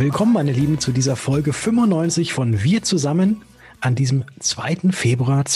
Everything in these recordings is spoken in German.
Willkommen, meine Lieben, zu dieser Folge 95 von Wir zusammen an diesem 2. Februar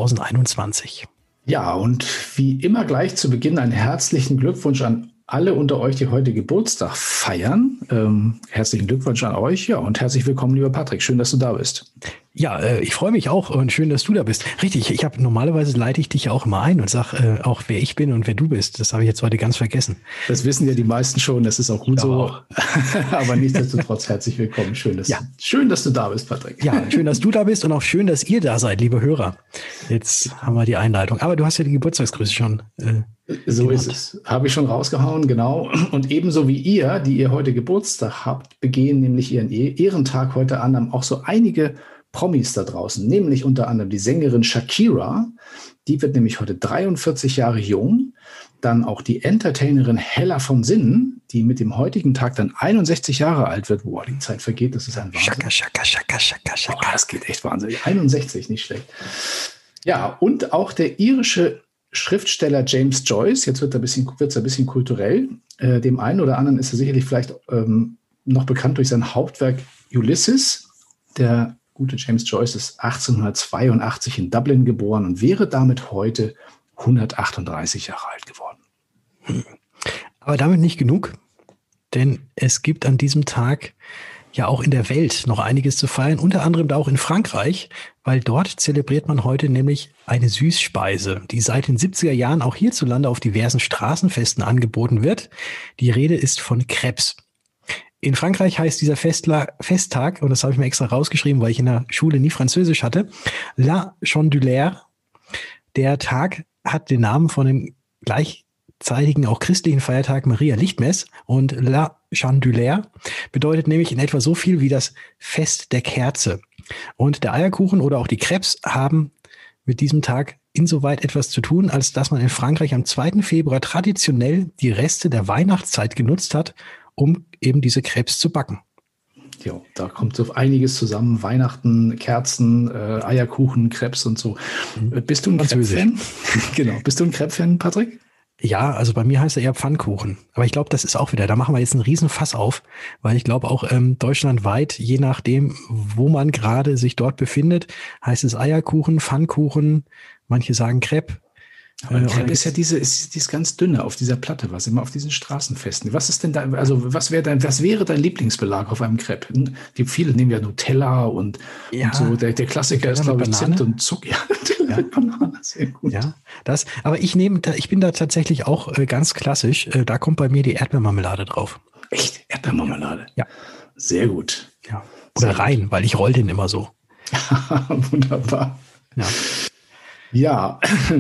2021. Ja, und wie immer gleich zu Beginn einen herzlichen Glückwunsch an alle unter euch, die heute Geburtstag feiern. Herzlichen Glückwunsch an euch, ja, und herzlich willkommen, lieber Patrick. Schön, dass du da bist. Ja, ich freue mich auch und schön, dass du da bist. Richtig, normalerweise leite ich dich ja auch immer ein und sag auch, wer ich bin und wer du bist. Das habe ich jetzt heute ganz vergessen. Das wissen ja die meisten schon, das ist auch gut so. Auch. Aber nichtsdestotrotz herzlich willkommen. Schön, dass du da bist, Patrick. Ja, schön, dass du da bist und auch schön, dass ihr da seid, liebe Hörer. Jetzt haben wir die Einleitung. Aber du hast ja die Geburtstagsgrüße schon. So ist es. Habe ich schon rausgehauen, genau. Und ebenso wie ihr, die ihr heute Geburtstag habt, begehen nämlich ihren Ehrentag heute an, haben auch so einige Promis da draußen, nämlich unter anderem die Sängerin Shakira, die wird nämlich heute 43 Jahre jung. Dann auch die Entertainerin Hella von Sinnen, die mit dem heutigen Tag dann 61 Jahre alt wird. Boah, die Zeit vergeht, das ist ein Wahnsinn. Shaka. Das geht echt wahnsinnig. 61, nicht schlecht. Ja, und auch der irische Schriftsteller James Joyce, jetzt wird es ein bisschen kulturell. Dem einen oder anderen ist er sicherlich vielleicht noch bekannt durch sein Hauptwerk Ulysses. Der gute James Joyce ist 1882 in Dublin geboren und wäre damit heute 138 Jahre alt geworden. Aber damit nicht genug, denn es gibt an diesem Tag ja auch in der Welt noch einiges zu feiern, unter anderem da auch in Frankreich, weil dort zelebriert man heute nämlich eine Süßspeise, die seit den 70er Jahren auch hierzulande auf diversen Straßenfesten angeboten wird. Die Rede ist von Crêpes. In Frankreich heißt dieser Festtag, und das habe ich mir extra rausgeschrieben, weil ich in der Schule nie Französisch hatte, La Chandeleur. Der Tag hat den Namen von dem gleichzeitigen, auch christlichen Feiertag Maria Lichtmess. Und La Chandeleur bedeutet nämlich in etwa so viel wie das Fest der Kerze. Und der Eierkuchen oder auch die Crêpes haben mit diesem Tag insoweit etwas zu tun, als dass man in Frankreich am 2. Februar traditionell die Reste der Weihnachtszeit genutzt hat, um eben diese Crêpes zu backen. Ja, da kommt so einiges zusammen. Weihnachten, Kerzen, Eierkuchen, Crêpes und so. Bist du ein Crêpe-Fan? Genau. Bist du ein Crêpe-Fan, Patrick? Ja, also bei mir heißt er eher Pfannkuchen. Aber ich glaube, das ist auch wieder, da machen wir jetzt einen riesen Fass auf, weil ich glaube auch deutschlandweit, je nachdem, wo man gerade sich dort befindet, heißt es Eierkuchen, Pfannkuchen, manche sagen Crêpe. Aber Crêpe ist ja dieses ganz dünne auf dieser Platte, was immer auf diesen Straßenfesten. Was ist denn da, also was wäre dein Lieblingsbelag auf einem Crêpe? Viele nehmen ja Nutella und so. Der Klassiker ist, glaube ich, Zimt und Zucker. Ja, Nutella mit Banane, sehr gut. Ja, aber ich bin da tatsächlich auch ganz klassisch. Da kommt bei mir die Erdbeermarmelade drauf. Echt? Erdbeermarmelade? Ja. Sehr gut. Ja. Oder rein, weil ich roll den immer so. Wunderbar. Ja. Ja,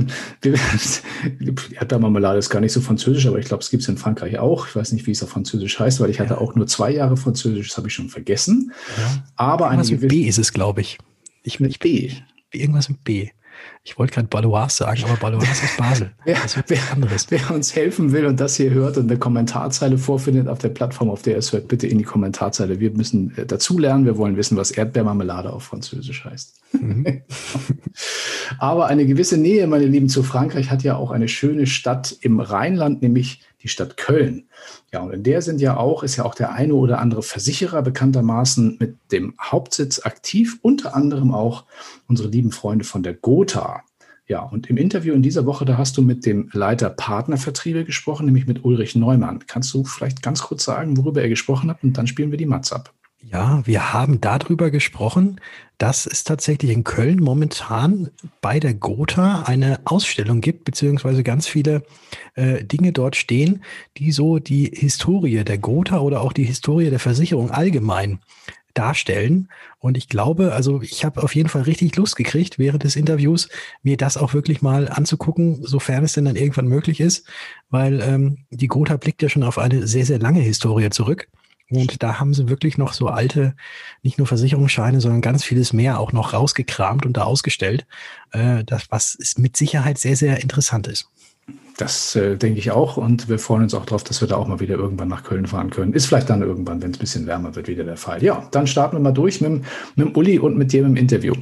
Erdbeermarmelade ist gar nicht so französisch, aber ich glaube, es gibt es in Frankreich auch. Ich weiß nicht, wie es auf Französisch heißt, weil ich hatte auch nur 2 Jahre Französisch, das habe ich schon vergessen. Ja. Aber irgendwas mit B ist es, glaube ich. Mit B? Irgendwas mit B. Ich wollte gerade Baloise sagen, aber Baloise ist Basel. Wer uns helfen will und das hier hört und eine Kommentarzeile vorfindet auf der Plattform, auf der es hört, bitte in die Kommentarzeile. Wir müssen dazu lernen. Wir wollen wissen, was Erdbeermarmelade auf Französisch heißt. Mhm. Aber eine gewisse Nähe, meine Lieben, zu Frankreich hat ja auch eine schöne Stadt im Rheinland, nämlich die Stadt Köln. Ja, und in der ist ja auch der eine oder andere Versicherer bekanntermaßen mit dem Hauptsitz aktiv, unter anderem auch unsere lieben Freunde von der Gotha. Ja, und im Interview in dieser Woche, da hast du mit dem Leiter Partnervertriebe gesprochen, nämlich mit Ulrich Neumann. Kannst du vielleicht ganz kurz sagen, worüber er gesprochen hat, und dann spielen wir die Matz ab. Ja, wir haben darüber gesprochen, dass es tatsächlich in Köln momentan bei der Gotha eine Ausstellung gibt, beziehungsweise ganz viele Dinge dort stehen, die so die Historie der Gotha oder auch die Historie der Versicherung allgemein darstellen. Und ich glaube, also ich habe auf jeden Fall richtig Lust gekriegt, während des Interviews mir das auch wirklich mal anzugucken, sofern es denn dann irgendwann möglich ist, weil die Gotha blickt ja schon auf eine sehr, sehr lange Historie zurück. Und da haben sie wirklich noch so alte, nicht nur Versicherungsscheine, sondern ganz vieles mehr auch noch rausgekramt und da ausgestellt, was mit Sicherheit sehr, sehr interessant ist. Das denke ich auch, und wir freuen uns auch darauf, dass wir da auch mal wieder irgendwann nach Köln fahren können. Ist vielleicht dann irgendwann, wenn es ein bisschen wärmer wird, wieder der Fall. Ja, dann starten wir mal durch mit dem Uli und mit dir im Interview.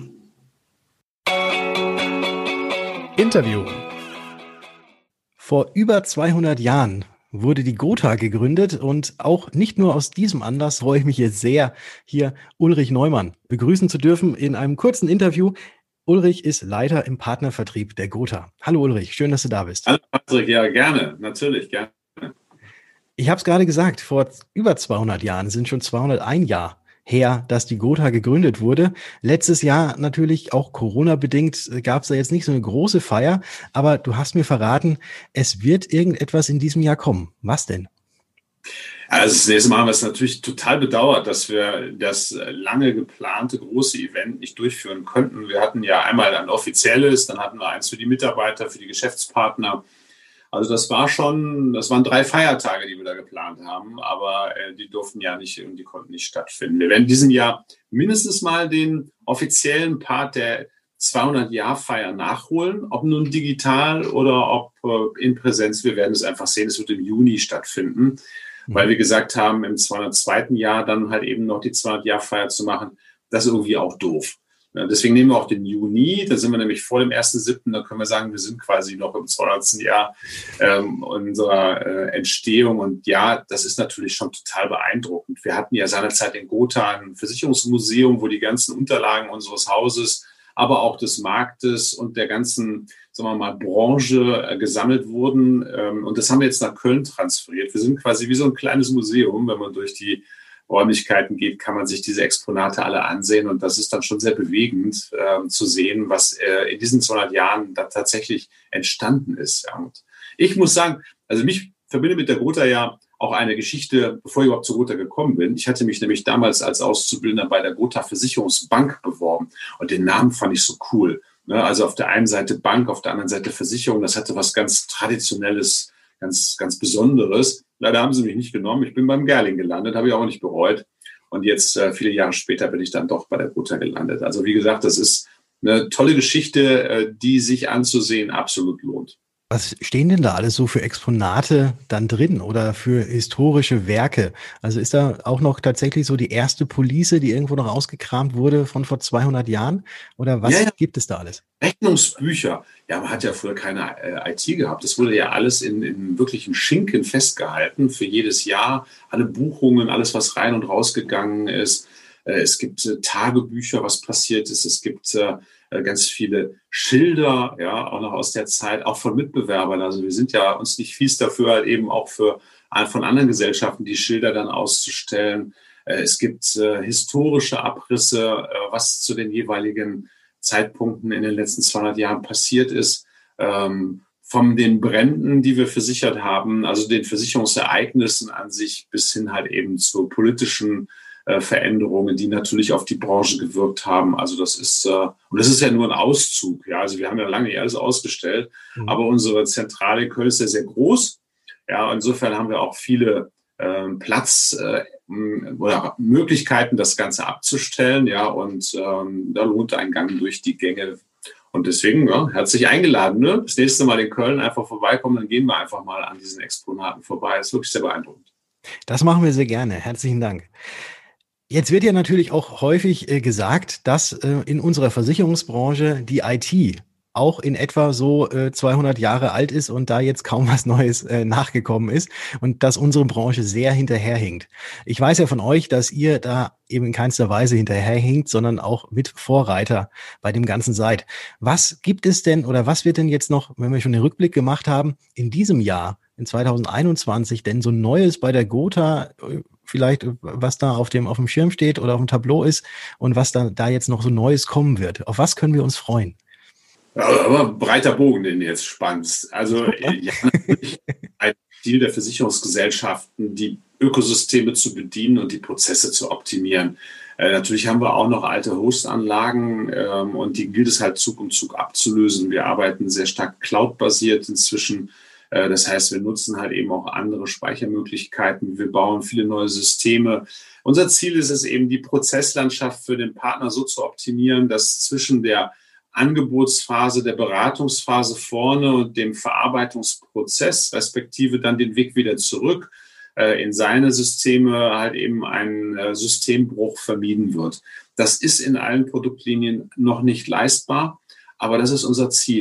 Vor über 200 Jahren wurde die Gotha gegründet und auch nicht nur aus diesem Anlass freue ich mich jetzt sehr, hier Ulrich Neumann begrüßen zu dürfen in einem kurzen Interview. Ulrich ist Leiter im Partnervertrieb der Gotha. Hallo Ulrich, schön, dass du da bist. Hallo Patrick, ja gerne, natürlich gerne. Ich habe es gerade gesagt, vor über 200 Jahren, sind schon 201 Jahre her, dass die Gotha gegründet wurde. Letztes Jahr natürlich auch Corona-bedingt gab es da jetzt nicht so eine große Feier, aber du hast mir verraten, es wird irgendetwas in diesem Jahr kommen. Was denn? Also das nächste Mal haben wir es natürlich total bedauert, dass wir das lange geplante große Event nicht durchführen konnten. Wir hatten ja einmal ein offizielles, dann hatten wir eins für die Mitarbeiter, für die Geschäftspartner. Also das waren 3 Feiertage, die wir da geplant haben, aber die durften ja nicht und die konnten nicht stattfinden. Wir werden in diesem Jahr mindestens mal den offiziellen Part der 200-Jahr-Feier nachholen, ob nun digital oder ob in Präsenz. Wir werden es einfach sehen, es wird im Juni stattfinden, weil wir gesagt haben, im 202. Jahr dann halt eben noch die 200-Jahr-Feier zu machen, das ist irgendwie auch doof. Ja, deswegen nehmen wir auch den Juni, da sind wir nämlich vor dem 1.7., da können wir sagen, wir sind quasi noch im 200. Jahr unserer Entstehung. Und ja, das ist natürlich schon total beeindruckend. Wir hatten ja seinerzeit in Gotha ein Versicherungsmuseum, wo die ganzen Unterlagen unseres Hauses, aber auch des Marktes und der ganzen, sagen wir mal, Branche gesammelt wurden. Und das haben wir jetzt nach Köln transferiert. Wir sind quasi wie so ein kleines Museum, wenn man durch die Räumlichkeiten geht, kann man sich diese Exponate alle ansehen. Und das ist dann schon sehr bewegend zu sehen, was in diesen 200 Jahren da tatsächlich entstanden ist. Ja. Und ich muss sagen, also mich verbindet mit der Gotha ja auch eine Geschichte, bevor ich überhaupt zur Gotha gekommen bin. Ich hatte mich nämlich damals als Auszubildender bei der Gotha Versicherungsbank beworben. Und den Namen fand ich so cool. Ne? Also auf der einen Seite Bank, auf der anderen Seite Versicherung. Das hatte was ganz Traditionelles, ganz, ganz Besonderes. Leider haben sie mich nicht genommen. Ich bin beim Gerling gelandet, habe ich auch nicht bereut. Und jetzt, viele Jahre später, bin ich dann doch bei der Gotha gelandet. Also wie gesagt, das ist eine tolle Geschichte, die sich anzusehen absolut lohnt. Was stehen denn da alles so für Exponate dann drin oder für historische Werke? Also ist da auch noch tatsächlich so die erste Police, die irgendwo noch ausgekramt wurde von vor 200 Jahren? Oder was gibt es da alles? Rechnungsbücher. Ja, man hat ja früher keine IT gehabt. Das wurde ja alles in wirklichen Schinken festgehalten für jedes Jahr. Alle Buchungen, alles, was rein und rausgegangen ist. Es gibt Tagebücher, was passiert ist. Es gibt ganz viele Schilder, ja, auch noch aus der Zeit, auch von Mitbewerbern. Also wir sind ja uns nicht fies dafür, halt eben auch von anderen Gesellschaften die Schilder dann auszustellen. Es gibt historische Abrisse, was zu den jeweiligen Zeitpunkten in den letzten 200 Jahren passiert ist. Von den Bränden, die wir versichert haben, also den Versicherungsereignissen an sich, bis hin halt eben zu politischen Veränderungen, die natürlich auf die Branche gewirkt haben. Also das ist ja nur ein Auszug. Ja, also wir haben ja lange nicht alles ausgestellt, aber unsere Zentrale in Köln ist ja sehr groß. Ja, insofern haben wir auch viele Platz oder Möglichkeiten, das Ganze abzustellen. Ja, und da lohnt ein Gang durch die Gänge. Und deswegen, ja, herzlich eingeladen. Ne? Das nächste Mal in Köln einfach vorbeikommen, dann gehen wir einfach mal an diesen Exponaten vorbei. Das ist wirklich sehr beeindruckend. Das machen wir sehr gerne. Herzlichen Dank. Jetzt wird ja natürlich auch häufig gesagt, dass in unserer Versicherungsbranche die IT auch in etwa so 200 Jahre alt ist und da jetzt kaum was Neues nachgekommen ist und dass unsere Branche sehr hinterherhinkt. Ich weiß ja von euch, dass ihr da eben in keinster Weise hinterherhinkt, sondern auch mit Vorreiter bei dem Ganzen seid. Was gibt es denn oder was wird denn jetzt noch, wenn wir schon den Rückblick gemacht haben, in diesem Jahr, in 2021 denn so Neues bei der Gotha, vielleicht was da auf dem Schirm steht oder auf dem Tableau ist und was da jetzt noch so Neues kommen wird? Auf was können wir uns freuen? Ja, aber breiter Bogen, den du jetzt spannst. Also ja, natürlich ein Ziel der Versicherungsgesellschaften, die Ökosysteme zu bedienen und die Prozesse zu optimieren. Natürlich haben wir auch noch alte Hostanlagen und die gilt es halt Zug um Zug abzulösen. Wir arbeiten sehr stark cloud-basiert inzwischen. Das heißt, wir nutzen halt eben auch andere Speichermöglichkeiten. Wir bauen viele neue Systeme. Unser Ziel ist es eben, die Prozesslandschaft für den Partner so zu optimieren, dass zwischen der Angebotsphase, der Beratungsphase vorne und dem Verarbeitungsprozess, respektive dann den Weg wieder zurück in seine Systeme, halt eben ein Systembruch vermieden wird. Das ist in allen Produktlinien noch nicht leistbar, aber das ist unser Ziel.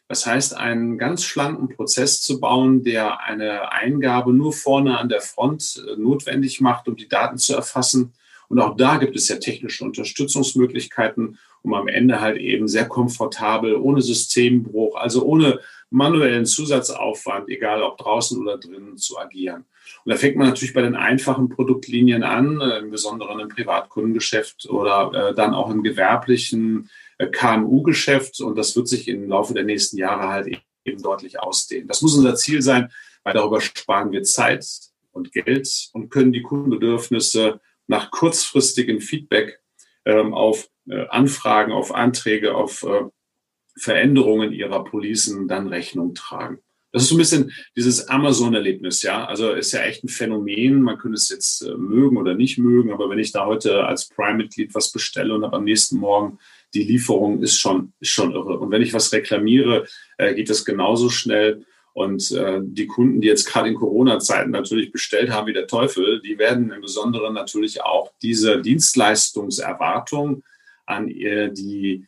Das heißt, einen ganz schlanken Prozess zu bauen, der eine Eingabe nur vorne an der Front notwendig macht, um die Daten zu erfassen. Und auch da gibt es ja technische Unterstützungsmöglichkeiten, um am Ende halt eben sehr komfortabel, ohne Systembruch, also ohne manuellen Zusatzaufwand, egal ob draußen oder drinnen, zu agieren. Und da fängt man natürlich bei den einfachen Produktlinien an, im Besonderen im Privatkundengeschäft oder dann auch im gewerblichen KMU-Geschäft. Und das wird sich im Laufe der nächsten Jahre halt eben deutlich ausdehnen. Das muss unser Ziel sein, weil darüber sparen wir Zeit und Geld und können die Kundenbedürfnisse nach kurzfristigem Feedback auf Anfragen, auf Anträge, auf Veränderungen ihrer Policen dann Rechnung tragen. Das ist so ein bisschen dieses Amazon-Erlebnis, ja. Also ist ja echt ein Phänomen. Man könnte es jetzt mögen oder nicht mögen, aber wenn ich da heute als Prime-Mitglied was bestelle und habe am nächsten Morgen die Lieferung, ist schon irre. Und wenn ich was reklamiere, geht das genauso schnell. Und die Kunden, die jetzt gerade in Corona-Zeiten natürlich bestellt haben wie der Teufel, die werden im Besonderen natürlich auch diese Dienstleistungserwartung an die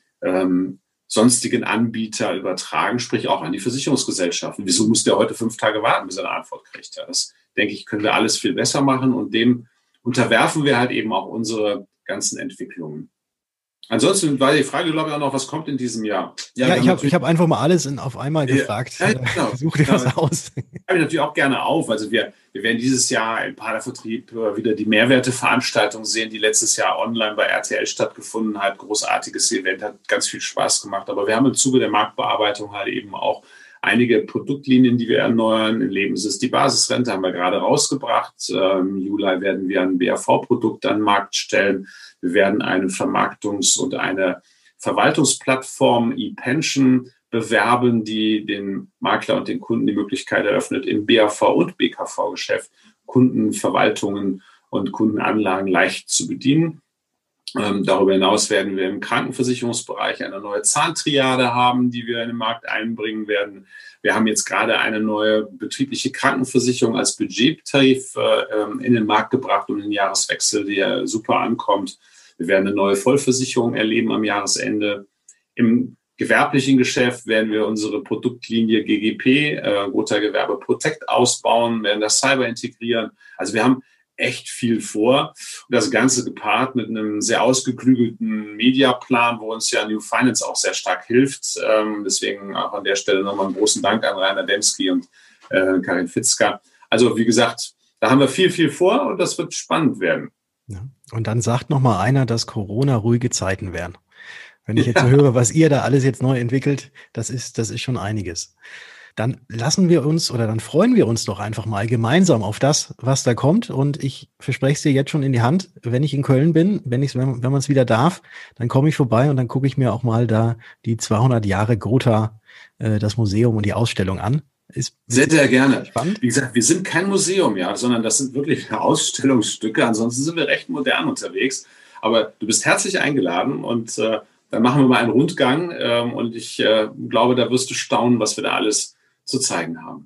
sonstigen Anbieter übertragen, sprich auch an die Versicherungsgesellschaften. Wieso muss der heute 5 Tage warten, bis er eine Antwort kriegt? Ja, das, denke ich, können wir alles viel besser machen und dem unterwerfen wir halt eben auch unsere ganzen Entwicklungen. Ansonsten war die Frage, glaube ich, auch noch, was kommt in diesem Jahr? Ja, ich hab einfach mal alles auf einmal gefragt. Ja, genau. Such dir was aus. Habe ich natürlich auch gerne auf. Also wir werden dieses Jahr im Padervertrieb wieder die Mehrwerteveranstaltung sehen, die letztes Jahr online bei RTL stattgefunden hat. Großartiges Event, hat ganz viel Spaß gemacht. Aber wir haben im Zuge der Marktbearbeitung halt eben auch einige Produktlinien, die wir erneuern. In Lebens ist die Basisrente, haben wir gerade rausgebracht. Im Juli werden wir ein BAV-Produkt an den Markt stellen. Wir werden eine Vermarktungs- und eine Verwaltungsplattform ePension bewerben, die den Makler und den Kunden die Möglichkeit eröffnet, im BAV- und BKV-Geschäft Kundenverwaltungen und Kundenanlagen leicht zu bedienen. Darüber hinaus werden wir im Krankenversicherungsbereich eine neue Zahntriade haben, die wir in den Markt einbringen werden. Wir haben jetzt gerade eine neue betriebliche Krankenversicherung als Budgettarif in den Markt gebracht um den Jahreswechsel, der super ankommt. Wir werden eine neue Vollversicherung erleben am Jahresende. Im gewerblichen Geschäft werden wir unsere Produktlinie GGP, Gotha Gewerbe Protect, ausbauen, werden das Cyber integrieren. Also wir haben echt viel vor. Und das Ganze gepaart mit einem sehr ausgeklügelten Mediaplan, wo uns ja New Finance auch sehr stark hilft. Deswegen auch an der Stelle nochmal einen großen Dank an Rainer Demski und Karin Fitzka. Also wie gesagt, da haben wir viel vor und das wird spannend werden. Ja. Und dann sagt noch mal einer, dass Corona ruhige Zeiten wären. Wenn ich jetzt so höre, was ihr da alles jetzt neu entwickelt, das ist schon einiges. Dann dann freuen wir uns doch einfach mal gemeinsam auf das, was da kommt. Und ich verspreche es dir jetzt schon in die Hand, wenn ich in Köln bin, wenn man es wieder darf, dann komme ich vorbei und dann gucke ich mir auch mal da die 200 Jahre Gotha, das Museum und die Ausstellung an. Ist sehr, sehr gerne. Spannend. Wie gesagt, wir sind kein Museum, ja, sondern das sind wirklich Ausstellungsstücke. Ansonsten sind wir recht modern unterwegs. Aber du bist herzlich eingeladen und dann machen wir mal einen Rundgang. Und ich glaube, da wirst du staunen, was wir da alles zu zeigen haben.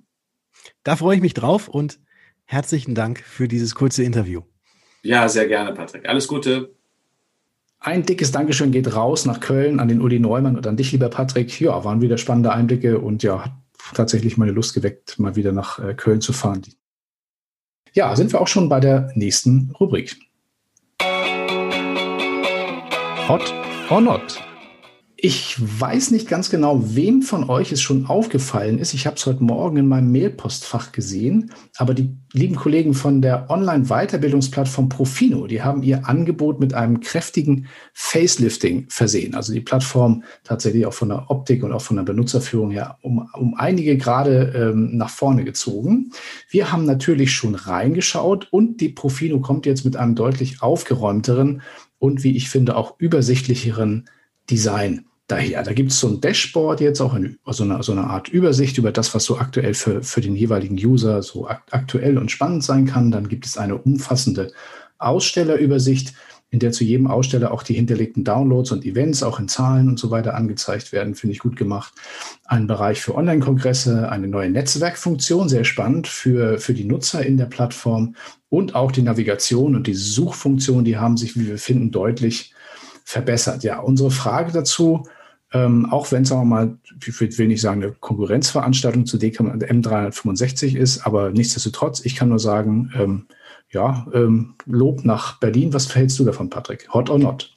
Da freue ich mich drauf und herzlichen Dank für dieses kurze Interview. Ja, sehr gerne, Patrick. Alles Gute. Ein dickes Dankeschön geht raus nach Köln an den Uli Neumann und an dich, lieber Patrick. Ja, waren wieder spannende Einblicke und ja, hat tatsächlich meine Lust geweckt, mal wieder nach Köln zu fahren. Ja, sind wir auch schon bei der nächsten Rubrik. Hot or not? Ich weiß nicht ganz genau, wem von euch es schon aufgefallen ist. Ich habe es heute Morgen in meinem Mailpostfach gesehen, aber die lieben Kollegen von der Online-Weiterbildungsplattform Profino, die haben ihr Angebot mit einem kräftigen Facelifting versehen. Also die Plattform tatsächlich auch von der Optik und auch von der Benutzerführung her um einige Grade nach vorne gezogen. Wir haben natürlich schon reingeschaut und die Profino kommt jetzt mit einem deutlich aufgeräumteren und, wie ich finde, auch übersichtlicheren Design daher. Da gibt es so ein Dashboard jetzt, auch so eine Art Übersicht über das, was so aktuell für den jeweiligen User so aktuell und spannend sein kann. Dann gibt es eine umfassende Ausstellerübersicht, in der zu jedem Aussteller auch die hinterlegten Downloads und Events auch in Zahlen und so weiter angezeigt werden. Finde ich gut gemacht. Ein Bereich für Online-Kongresse, eine neue Netzwerkfunktion, sehr spannend für die Nutzer in der Plattform und auch die Navigation und die Suchfunktion, die haben sich, wie wir finden, deutlich verbessert. Ja, unsere Frage dazu, Auch wenn es, sagen wir mal, ich will nicht sagen, eine Konkurrenzveranstaltung zu M365 ist, aber nichtsdestotrotz, ich kann nur sagen, Lob nach Berlin. Was hältst du davon, Patrick? Hot or not?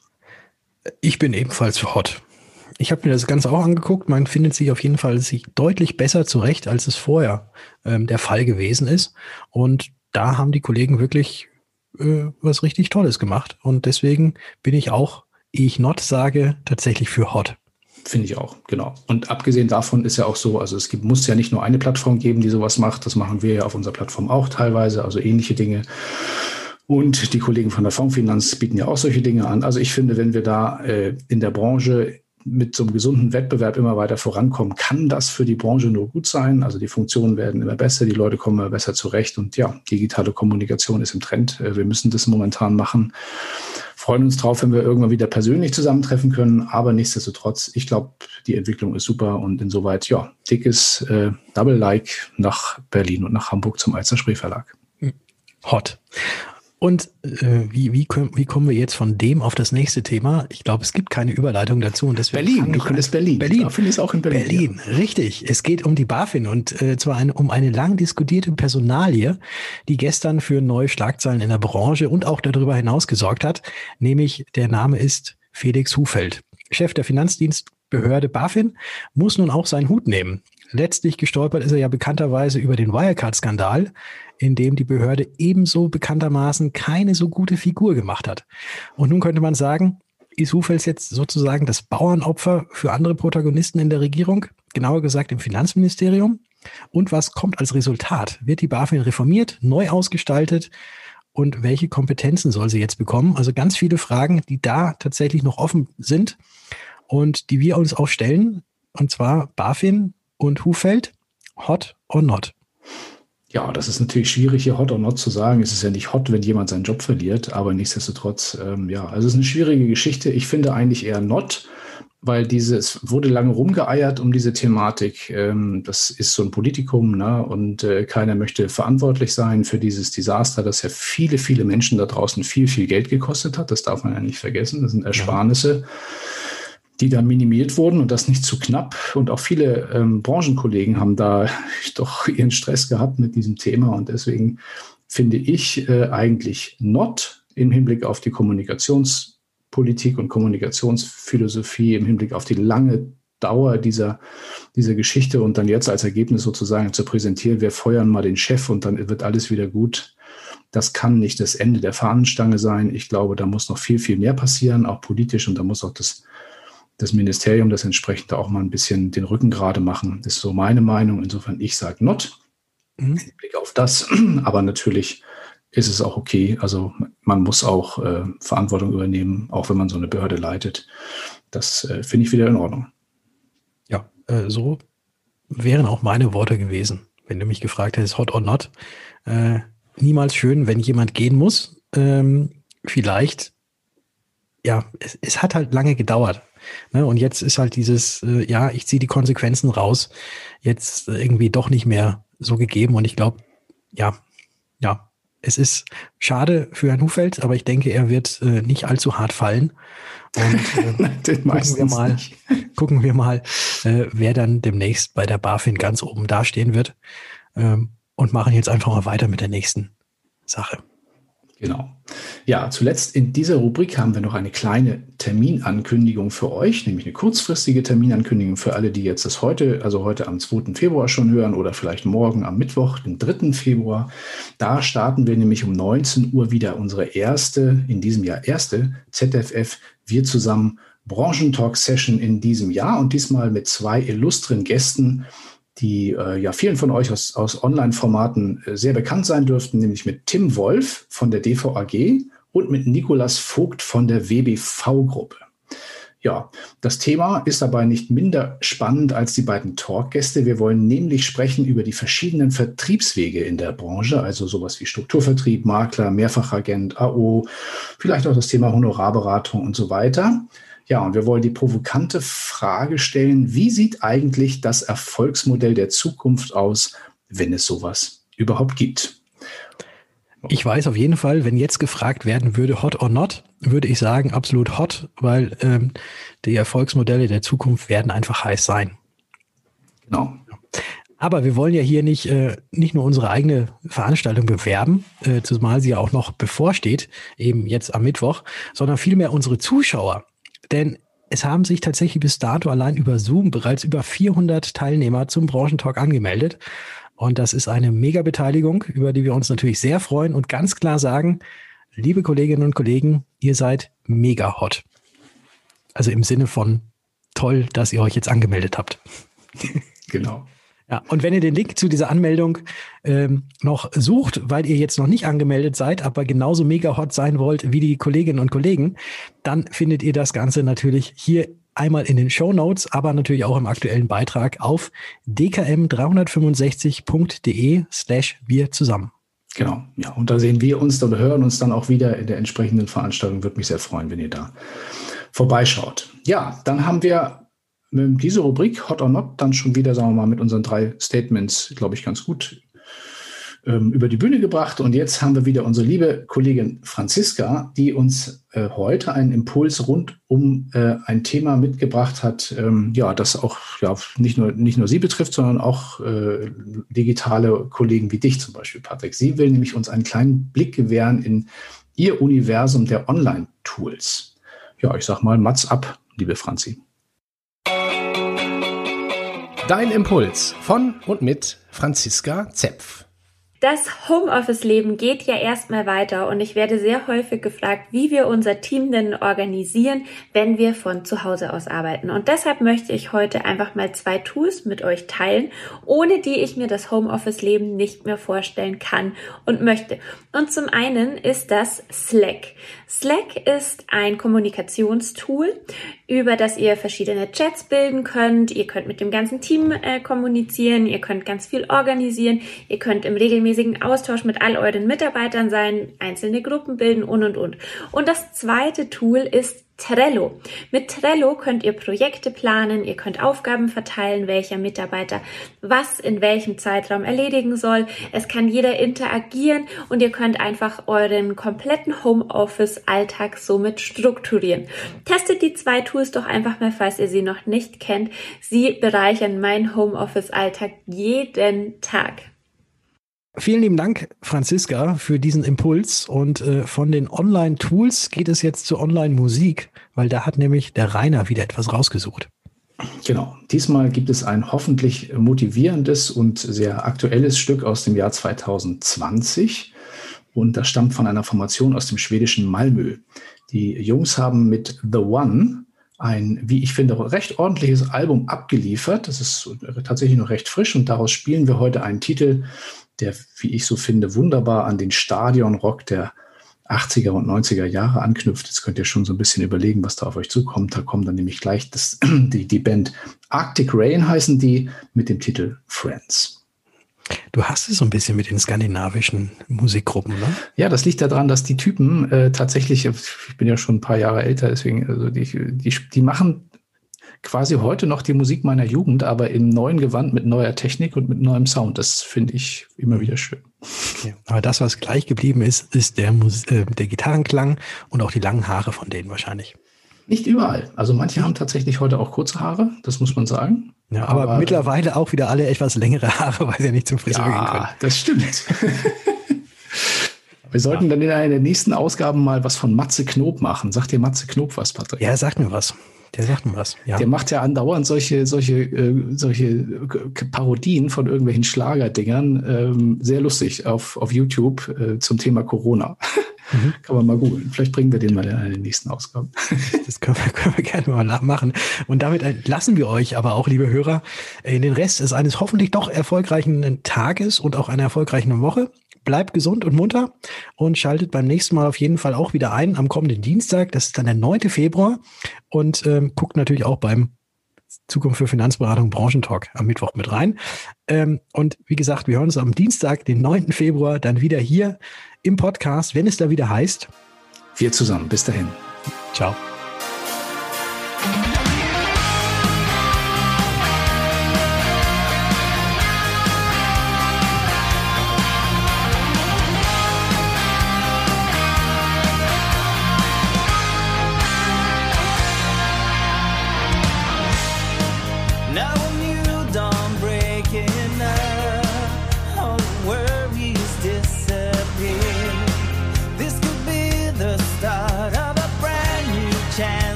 Ich bin ebenfalls für hot. Ich habe mir das Ganze auch angeguckt. Man findet sich auf jeden Fall sich deutlich besser zurecht, als es vorher der Fall gewesen ist. Und da haben die Kollegen wirklich was richtig Tolles gemacht. Und deswegen bin ich auch, ehe ich not sage, tatsächlich für hot. Finde ich auch, genau. Und abgesehen davon ist ja auch so, also muss ja nicht nur eine Plattform geben, die sowas macht. Das machen wir ja auf unserer Plattform auch teilweise, also ähnliche Dinge. Und die Kollegen von der Fondsfinanz bieten ja auch solche Dinge an. Also ich finde, wenn wir da in der Branche mit so einem gesunden Wettbewerb immer weiter vorankommen, kann das für die Branche nur gut sein. Also die Funktionen werden immer besser, die Leute kommen immer besser zurecht. Und ja, digitale Kommunikation ist im Trend. Wir müssen das momentan machen. Freuen uns drauf, wenn wir irgendwann wieder persönlich zusammentreffen können. Aber nichtsdestotrotz, ich glaube, die Entwicklung ist super. Und insoweit, ja, dickes Double-Like nach Berlin und nach Hamburg zum Alster Spree Verlag. Hot. Und wie kommen wir jetzt von dem auf das nächste Thema? Ich glaube, es gibt keine Überleitung dazu. Und deswegen Berlin, du könntest Berlin. BaFin ist auch in Berlin. Berlin, ja. Richtig. Es geht um die BaFin und zwar um eine lang diskutierte Personalie, die gestern für neue Schlagzeilen in der Branche und auch darüber hinaus gesorgt hat. Nämlich der Name ist Felix Hufeld. Chef der Finanzdienstbehörde BaFin muss nun auch seinen Hut nehmen. Letztlich gestolpert ist er ja bekannterweise über den Wirecard-Skandal, in dem die Behörde ebenso bekanntermaßen keine so gute Figur gemacht hat. Und nun könnte man sagen, ist Hufeld jetzt sozusagen das Bauernopfer für andere Protagonisten in der Regierung, genauer gesagt im Finanzministerium? Und was kommt als Resultat? Wird die BaFin reformiert, neu ausgestaltet? Und welche Kompetenzen soll sie jetzt bekommen? Also ganz viele Fragen, die da tatsächlich noch offen sind und die wir uns auch stellen. Und zwar BaFin und Hufeld, hot or not? Ja, das ist natürlich schwierig, hier hot or not zu sagen. Es ist ja nicht hot, wenn jemand seinen Job verliert, aber nichtsdestotrotz, also es ist eine schwierige Geschichte. Ich finde eigentlich eher not, weil es wurde lange rumgeeiert um diese Thematik. Das ist so ein Politikum, ne? Und keiner möchte verantwortlich sein für dieses Desaster, das ja viele, viele Menschen da draußen viel, viel Geld gekostet hat. Das darf man ja nicht vergessen. Das sind Ersparnisse, die da minimiert wurden und das nicht zu knapp. Und auch viele Branchenkollegen haben da doch ihren Stress gehabt mit diesem Thema. Und deswegen finde ich eigentlich not im Hinblick auf die Kommunikationspolitik und Kommunikationsphilosophie, im Hinblick auf die lange Dauer dieser Geschichte und dann jetzt als Ergebnis sozusagen zu präsentieren, wir feuern mal den Chef und dann wird alles wieder gut. Das kann nicht das Ende der Fahnenstange sein. Ich glaube, da muss noch viel, viel mehr passieren, auch politisch. Und da muss auch das Ministerium das entsprechend auch mal ein bisschen den Rücken gerade machen. Das ist so meine Meinung. Insofern, ich sage not im Blick auf das. Aber natürlich ist es auch okay. Also man muss auch Verantwortung übernehmen, auch wenn man so eine Behörde leitet. Das finde ich wieder in Ordnung. Ja, so wären auch meine Worte gewesen, wenn du mich gefragt hättest, hot or not. Niemals schön, wenn jemand gehen muss. Vielleicht, ja, es hat halt lange gedauert. Ne? Und jetzt ist halt dieses, ich ziehe die Konsequenzen raus, jetzt irgendwie doch nicht mehr so gegeben. Und ich glaube, es ist schade für Herrn Hufeld, aber ich denke, er wird nicht allzu hart fallen. Und gucken wir mal, wer dann demnächst bei der BaFin ganz oben dastehen wird. Und machen jetzt einfach mal weiter mit der nächsten Sache. Genau. Ja, zuletzt in dieser Rubrik haben wir noch eine kleine Terminankündigung für euch, nämlich eine kurzfristige Terminankündigung für alle, die jetzt das heute am 2. Februar schon hören oder vielleicht morgen am Mittwoch, den 3. Februar. Da starten wir nämlich um 19 Uhr wieder unsere in diesem Jahr erste ZFF Wir zusammen Branchentalk-Session in diesem Jahr und diesmal mit 2 illustren Gästen, die vielen von euch aus Online-Formaten sehr bekannt sein dürften, nämlich mit Tim Wolf von der DVAG und mit Nikolas Vogt von der WBV-Gruppe. Ja, das Thema ist dabei nicht minder spannend als die beiden Talkgäste. Wir wollen nämlich sprechen über die verschiedenen Vertriebswege in der Branche, also sowas wie Strukturvertrieb, Makler, Mehrfachagent, AO, vielleicht auch das Thema Honorarberatung und so weiter. Ja, und wir wollen die provokante Frage stellen, wie sieht eigentlich das Erfolgsmodell der Zukunft aus, wenn es sowas überhaupt gibt? Ich weiß auf jeden Fall, wenn jetzt gefragt werden würde, hot or not, würde ich sagen, absolut hot, weil die Erfolgsmodelle der Zukunft werden einfach heiß sein. Genau. Aber wir wollen ja hier nicht nur unsere eigene Veranstaltung bewerben, zumal sie ja auch noch bevorsteht, eben jetzt am Mittwoch, sondern vielmehr unsere Zuschauer. Denn es haben sich tatsächlich bis dato allein über Zoom bereits über 400 Teilnehmer zum Branchentalk angemeldet. Und das ist eine Mega-Beteiligung, über die wir uns natürlich sehr freuen und ganz klar sagen, liebe Kolleginnen und Kollegen, ihr seid mega hot. Also im Sinne von toll, dass ihr euch jetzt angemeldet habt. Genau. Ja, und wenn ihr den Link zu dieser Anmeldung noch sucht, weil ihr jetzt noch nicht angemeldet seid, aber genauso mega hot sein wollt wie die Kolleginnen und Kollegen, dann findet ihr das Ganze natürlich hier einmal in den Shownotes, aber natürlich auch im aktuellen Beitrag auf dkm365.de/wir zusammen. Genau, ja, und da sehen wir uns oder hören uns dann auch wieder in der entsprechenden Veranstaltung. Würde mich sehr freuen, wenn ihr da vorbeischaut. Ja, dann haben wir diese Rubrik Hot or Not dann schon wieder, sagen wir mal, mit unseren 3 Statements, glaube ich, ganz gut über die Bühne gebracht. Und jetzt haben wir wieder unsere liebe Kollegin Franziska, die uns heute einen Impuls rund um ein Thema mitgebracht hat, das auch nicht nur sie betrifft, sondern auch digitale Kollegen wie dich zum Beispiel, Patrick. Sie will nämlich uns einen kleinen Blick gewähren in ihr Universum der Online-Tools. Ja, ich sag mal, Mats ab, liebe Franzi. Dein Impuls von und mit Franziska Zepf. Das Homeoffice-Leben geht ja erstmal weiter und ich werde sehr häufig gefragt, wie wir unser Team denn organisieren, wenn wir von zu Hause aus arbeiten. Und deshalb möchte ich heute einfach mal 2 Tools mit euch teilen, ohne die ich mir das Homeoffice-Leben nicht mehr vorstellen kann und möchte. Und zum einen ist das Slack. Slack ist ein Kommunikationstool, über das ihr verschiedene Chats bilden könnt. Ihr könnt mit dem ganzen Team kommunizieren, ihr könnt ganz viel organisieren, ihr könnt im regelmäßigen Austausch mit all euren Mitarbeitern sein, einzelne Gruppen bilden und. Und das zweite Tool ist Trello. Mit Trello könnt ihr Projekte planen, ihr könnt Aufgaben verteilen, welcher Mitarbeiter was in welchem Zeitraum erledigen soll. Es kann jeder interagieren und ihr könnt einfach euren kompletten Homeoffice-Alltag somit strukturieren. Testet die 2 Tools doch einfach mal, falls ihr sie noch nicht kennt. Sie bereichern meinen Homeoffice-Alltag jeden Tag. Vielen lieben Dank, Franziska, für diesen Impuls. Und von den Online-Tools geht es jetzt zur Online-Musik, weil da hat nämlich der Rainer wieder etwas rausgesucht. Genau. Diesmal gibt es ein hoffentlich motivierendes und sehr aktuelles Stück aus dem Jahr 2020. Und das stammt von einer Formation aus dem schwedischen Malmö. Die Jungs haben mit The One ein, wie ich finde, recht ordentliches Album abgeliefert. Das ist tatsächlich noch recht frisch und daraus spielen wir heute einen Titel, der, wie ich so finde, wunderbar an den Stadionrock der 80er und 90er Jahre anknüpft. Jetzt könnt ihr schon so ein bisschen überlegen, was da auf euch zukommt. Da kommt dann nämlich gleich die Band Arctic Rain heißen die mit dem Titel Friends. Du hast es so ein bisschen mit den skandinavischen Musikgruppen, ne? Ja, das liegt daran, dass die Typen tatsächlich, ich bin ja schon ein paar Jahre älter, deswegen, also die machen quasi heute noch die Musik meiner Jugend, aber im neuen Gewand mit neuer Technik und mit neuem Sound. Das finde ich immer wieder schön. Okay. Aber das, was gleich geblieben ist, ist der Gitarrenklang und auch die langen Haare von denen wahrscheinlich. Nicht überall. Also manche haben tatsächlich heute auch kurze Haare, das muss man sagen. Ja, aber mittlerweile auch wieder alle etwas längere Haare, weil sie ja nicht zum Friseur gehen können. Ja, das stimmt. Wir sollten dann in einer der nächsten Ausgaben mal was von Matze Knob machen. Sagt dir Matze Knob was, Patrick? Ja, sagt mir was. Der sagt mir was. Ja. Der macht ja andauernd solche Parodien von irgendwelchen Schlagerdingern. Sehr lustig auf YouTube zum Thema Corona. Kann man mal googeln. Vielleicht bringen wir den mal in den nächsten Ausgaben. Das können wir gerne mal machen. Und damit lassen wir euch aber auch, liebe Hörer, in den Rest eines hoffentlich doch erfolgreichen Tages und auch einer erfolgreichen Woche. Bleibt gesund und munter und schaltet beim nächsten Mal auf jeden Fall auch wieder ein am kommenden Dienstag. Das ist dann der 9. Februar. Und guckt natürlich auch beim Zukunft für Finanzberatung Branchentalk am Mittwoch mit rein. Und wie gesagt, wir hören uns am Dienstag, den 9. Februar, dann wieder hier im Podcast, wenn es da wieder heißt. Wir zusammen. Bis dahin. Ciao.